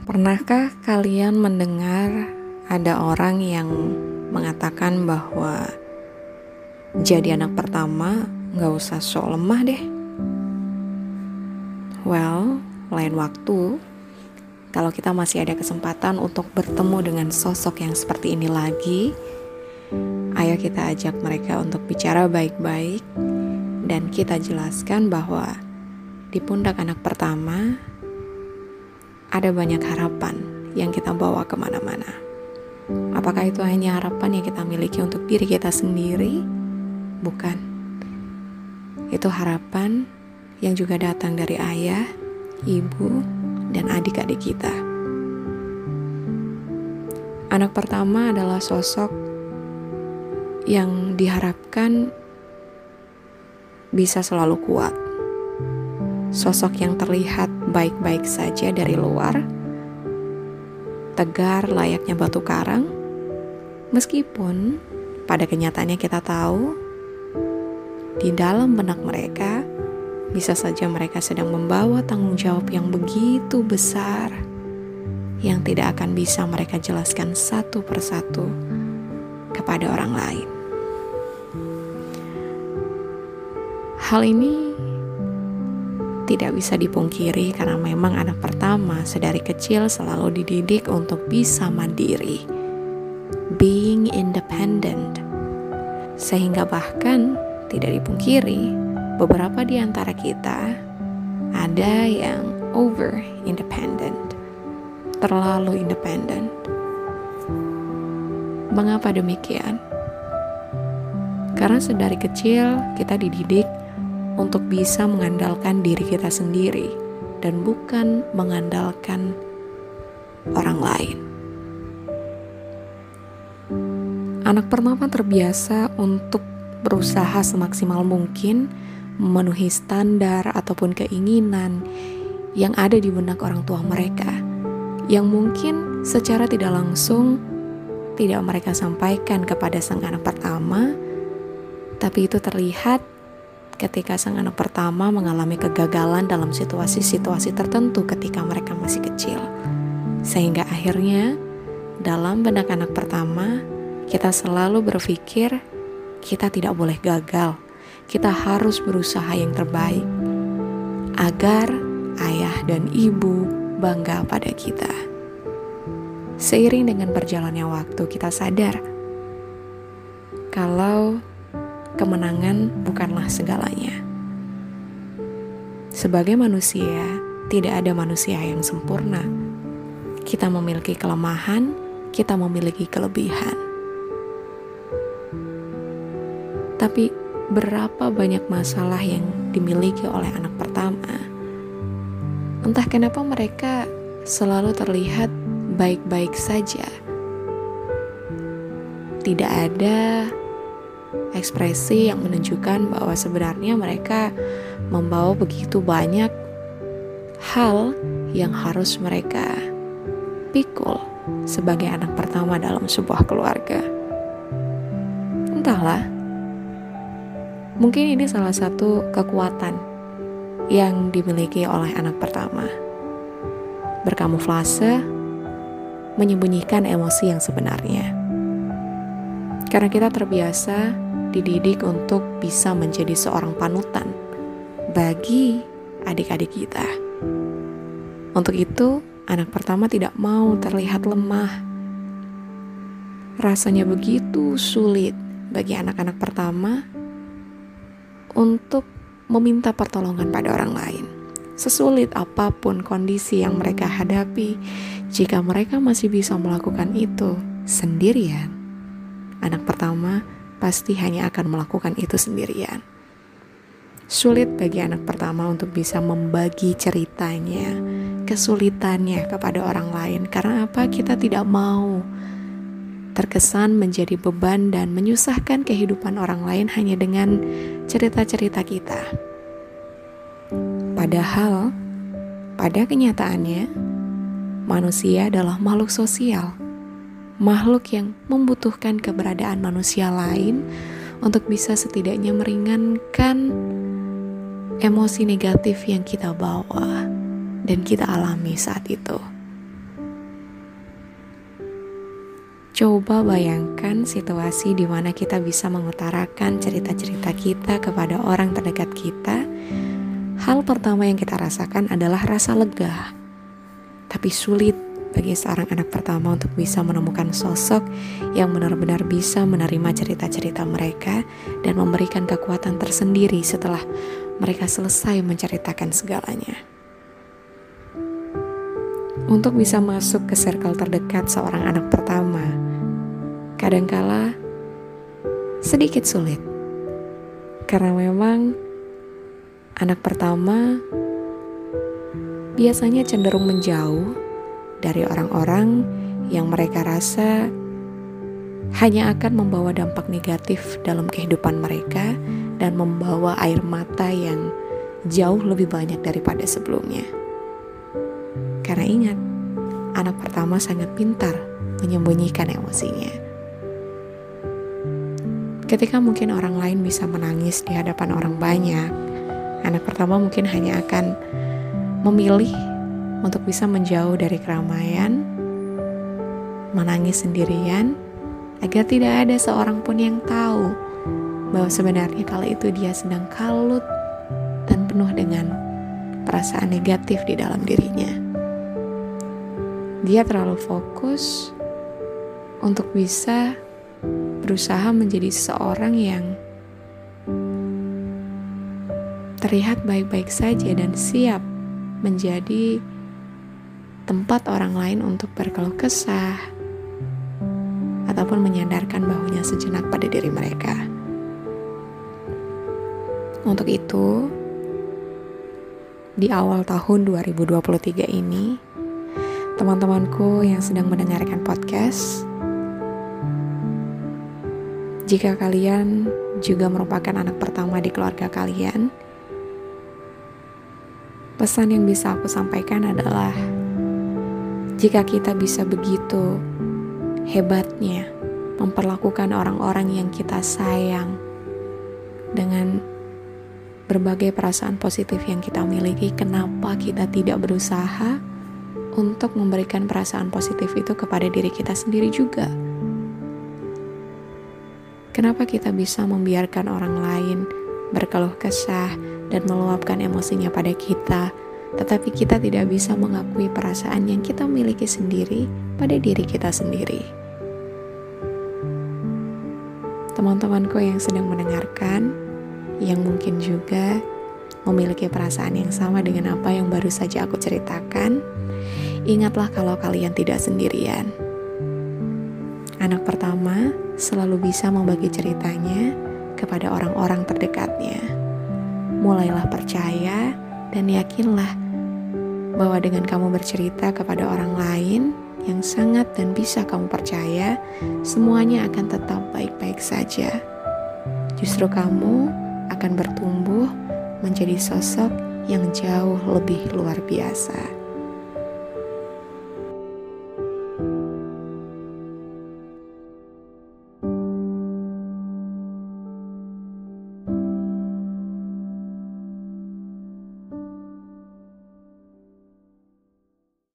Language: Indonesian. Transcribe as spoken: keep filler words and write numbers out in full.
Pernahkah kalian mendengar ada orang yang mengatakan bahwa jadi anak pertama gak usah sok lemah deh? Well, lain waktu, kalau kita masih ada kesempatan untuk bertemu dengan sosok yang seperti ini lagi, ayo kita ajak mereka untuk bicara baik-baik dan kita jelaskan bahwa di pundak anak pertama ada banyak harapan yang kita bawa kemana-mana. Apakah itu hanya harapan yang kita miliki untuk diri kita sendiri? Bukan. Itu harapan yang juga datang dari ayah, ibu, dan adik-adik kita. Anak pertama adalah sosok yang diharapkan bisa selalu kuat. Sosok yang terlihat baik-baik saja dari luar, tegar layaknya batu karang, meskipun pada kenyataannya kita tahu di dalam benak mereka bisa saja mereka sedang membawa tanggung jawab yang begitu besar yang tidak akan bisa mereka jelaskan satu persatu kepada orang lain. Hal ini tidak bisa dipungkiri karena memang anak pertama sedari kecil selalu dididik untuk bisa mandiri, being independent. Sehingga bahkan tidak dipungkiri, beberapa di antara kita ada yang over independent, terlalu independent. Mengapa demikian? Karena sedari kecil kita dididik untuk bisa mengandalkan diri kita sendiri dan bukan mengandalkan orang lain. Anak pertama terbiasa untuk berusaha semaksimal mungkin memenuhi standar ataupun keinginan yang ada di benak orang tua mereka, yang mungkin secara tidak langsung tidak mereka sampaikan kepada sang anak pertama, tapi itu terlihat ketika sang anak pertama mengalami kegagalan dalam situasi-situasi tertentu ketika mereka masih kecil. Sehingga akhirnya dalam benak anak pertama kita selalu berpikir kita tidak boleh gagal. Kita harus berusaha yang terbaik agar ayah dan ibu bangga pada kita. Seiring dengan berjalannya waktu kita sadar kalau kemenangan bukanlah segalanya. Sebagai manusia, tidak ada manusia yang sempurna. Kita memiliki kelemahan, kita memiliki kelebihan. Tapi berapa banyak masalah yang dimiliki oleh anak pertama? Entah kenapa mereka selalu terlihat baik-baik saja. Tidak ada ekspresi yang menunjukkan bahwa sebenarnya mereka membawa begitu banyak hal yang harus mereka pikul sebagai anak pertama dalam sebuah keluarga. Entahlah, mungkin ini salah satu kekuatan yang dimiliki oleh anak pertama. Berkamuflase, menyembunyikan emosi yang sebenarnya. Karena kita terbiasa dididik untuk bisa menjadi seorang panutan bagi adik-adik kita. Untuk itu, anak pertama tidak mau terlihat lemah. Rasanya begitu sulit bagi anak-anak pertama untuk meminta pertolongan pada orang lain. Sesulit apapun kondisi yang mereka hadapi, jika mereka masih bisa melakukan itu sendirian, anak pertama pasti hanya akan melakukan itu sendirian. Sulit bagi anak pertama untuk bisa membagi ceritanya, kesulitannya kepada orang lain. Karena apa? Kita tidak mau terkesan menjadi beban dan menyusahkan kehidupan orang lain hanya dengan cerita-cerita kita. Padahal, pada kenyataannya, manusia adalah makhluk sosial. Makhluk yang membutuhkan keberadaan manusia lain untuk bisa setidaknya meringankan emosi negatif yang kita bawa dan kita alami saat itu. Coba bayangkan situasi di mana kita bisa mengutarakan cerita-cerita kita kepada orang terdekat kita. Hal pertama yang kita rasakan adalah rasa lega. Tapi sulit bagi seorang anak pertama untuk bisa menemukan sosok yang benar-benar bisa menerima cerita-cerita mereka dan memberikan kekuatan tersendiri setelah mereka selesai menceritakan segalanya. Untuk bisa masuk ke circle terdekat seorang anak pertama, kadangkala sedikit sulit. Karena memang anak pertama biasanya cenderung menjauh dari orang-orang yang mereka rasa hanya akan membawa dampak negatif dalam kehidupan mereka dan membawa air mata yang jauh lebih banyak daripada sebelumnya. Karena ingat, anak pertama sangat pintar menyembunyikan emosinya. Ketika mungkin orang lain bisa menangis di hadapan orang banyak, anak pertama mungkin hanya akan memilih untuk bisa menjauh dari keramaian, menangis sendirian, agar tidak ada seorang pun yang tahu bahwa sebenarnya kala itu dia sedang kalut dan penuh dengan perasaan negatif di dalam dirinya. Dia terlalu fokus untuk bisa berusaha menjadi seseorang yang terlihat baik-baik saja dan siap menjadi tempat orang lain untuk berkeluh kesah ataupun menyandarkan bahunya sejenak pada diri mereka. Untuk itu, di awal tahun dua ribu dua puluh tiga ini, teman-temanku yang sedang mendengarkan podcast, jika kalian juga merupakan anak pertama di keluarga kalian, pesan yang bisa aku sampaikan adalah jika kita bisa begitu hebatnya memperlakukan orang-orang yang kita sayang dengan berbagai perasaan positif yang kita miliki, kenapa kita tidak berusaha untuk memberikan perasaan positif itu kepada diri kita sendiri juga? Kenapa kita bisa membiarkan orang lain berkeluh kesah dan meluapkan emosinya pada kita, tetapi kita tidak bisa mengakui perasaan yang kita miliki sendiri pada diri kita sendiri? Teman-temanku yang sedang mendengarkan, yang mungkin juga memiliki perasaan yang sama dengan apa yang baru saja aku ceritakan, ingatlah kalau kalian tidak sendirian. Anak pertama selalu bisa membagi ceritanya kepada orang-orang terdekatnya. Mulailah percaya dan yakinlah bahwa dengan kamu bercerita kepada orang lain yang sangat dan bisa kamu percaya, semuanya akan tetap baik-baik saja. Justru kamu akan bertumbuh menjadi sosok yang jauh lebih luar biasa.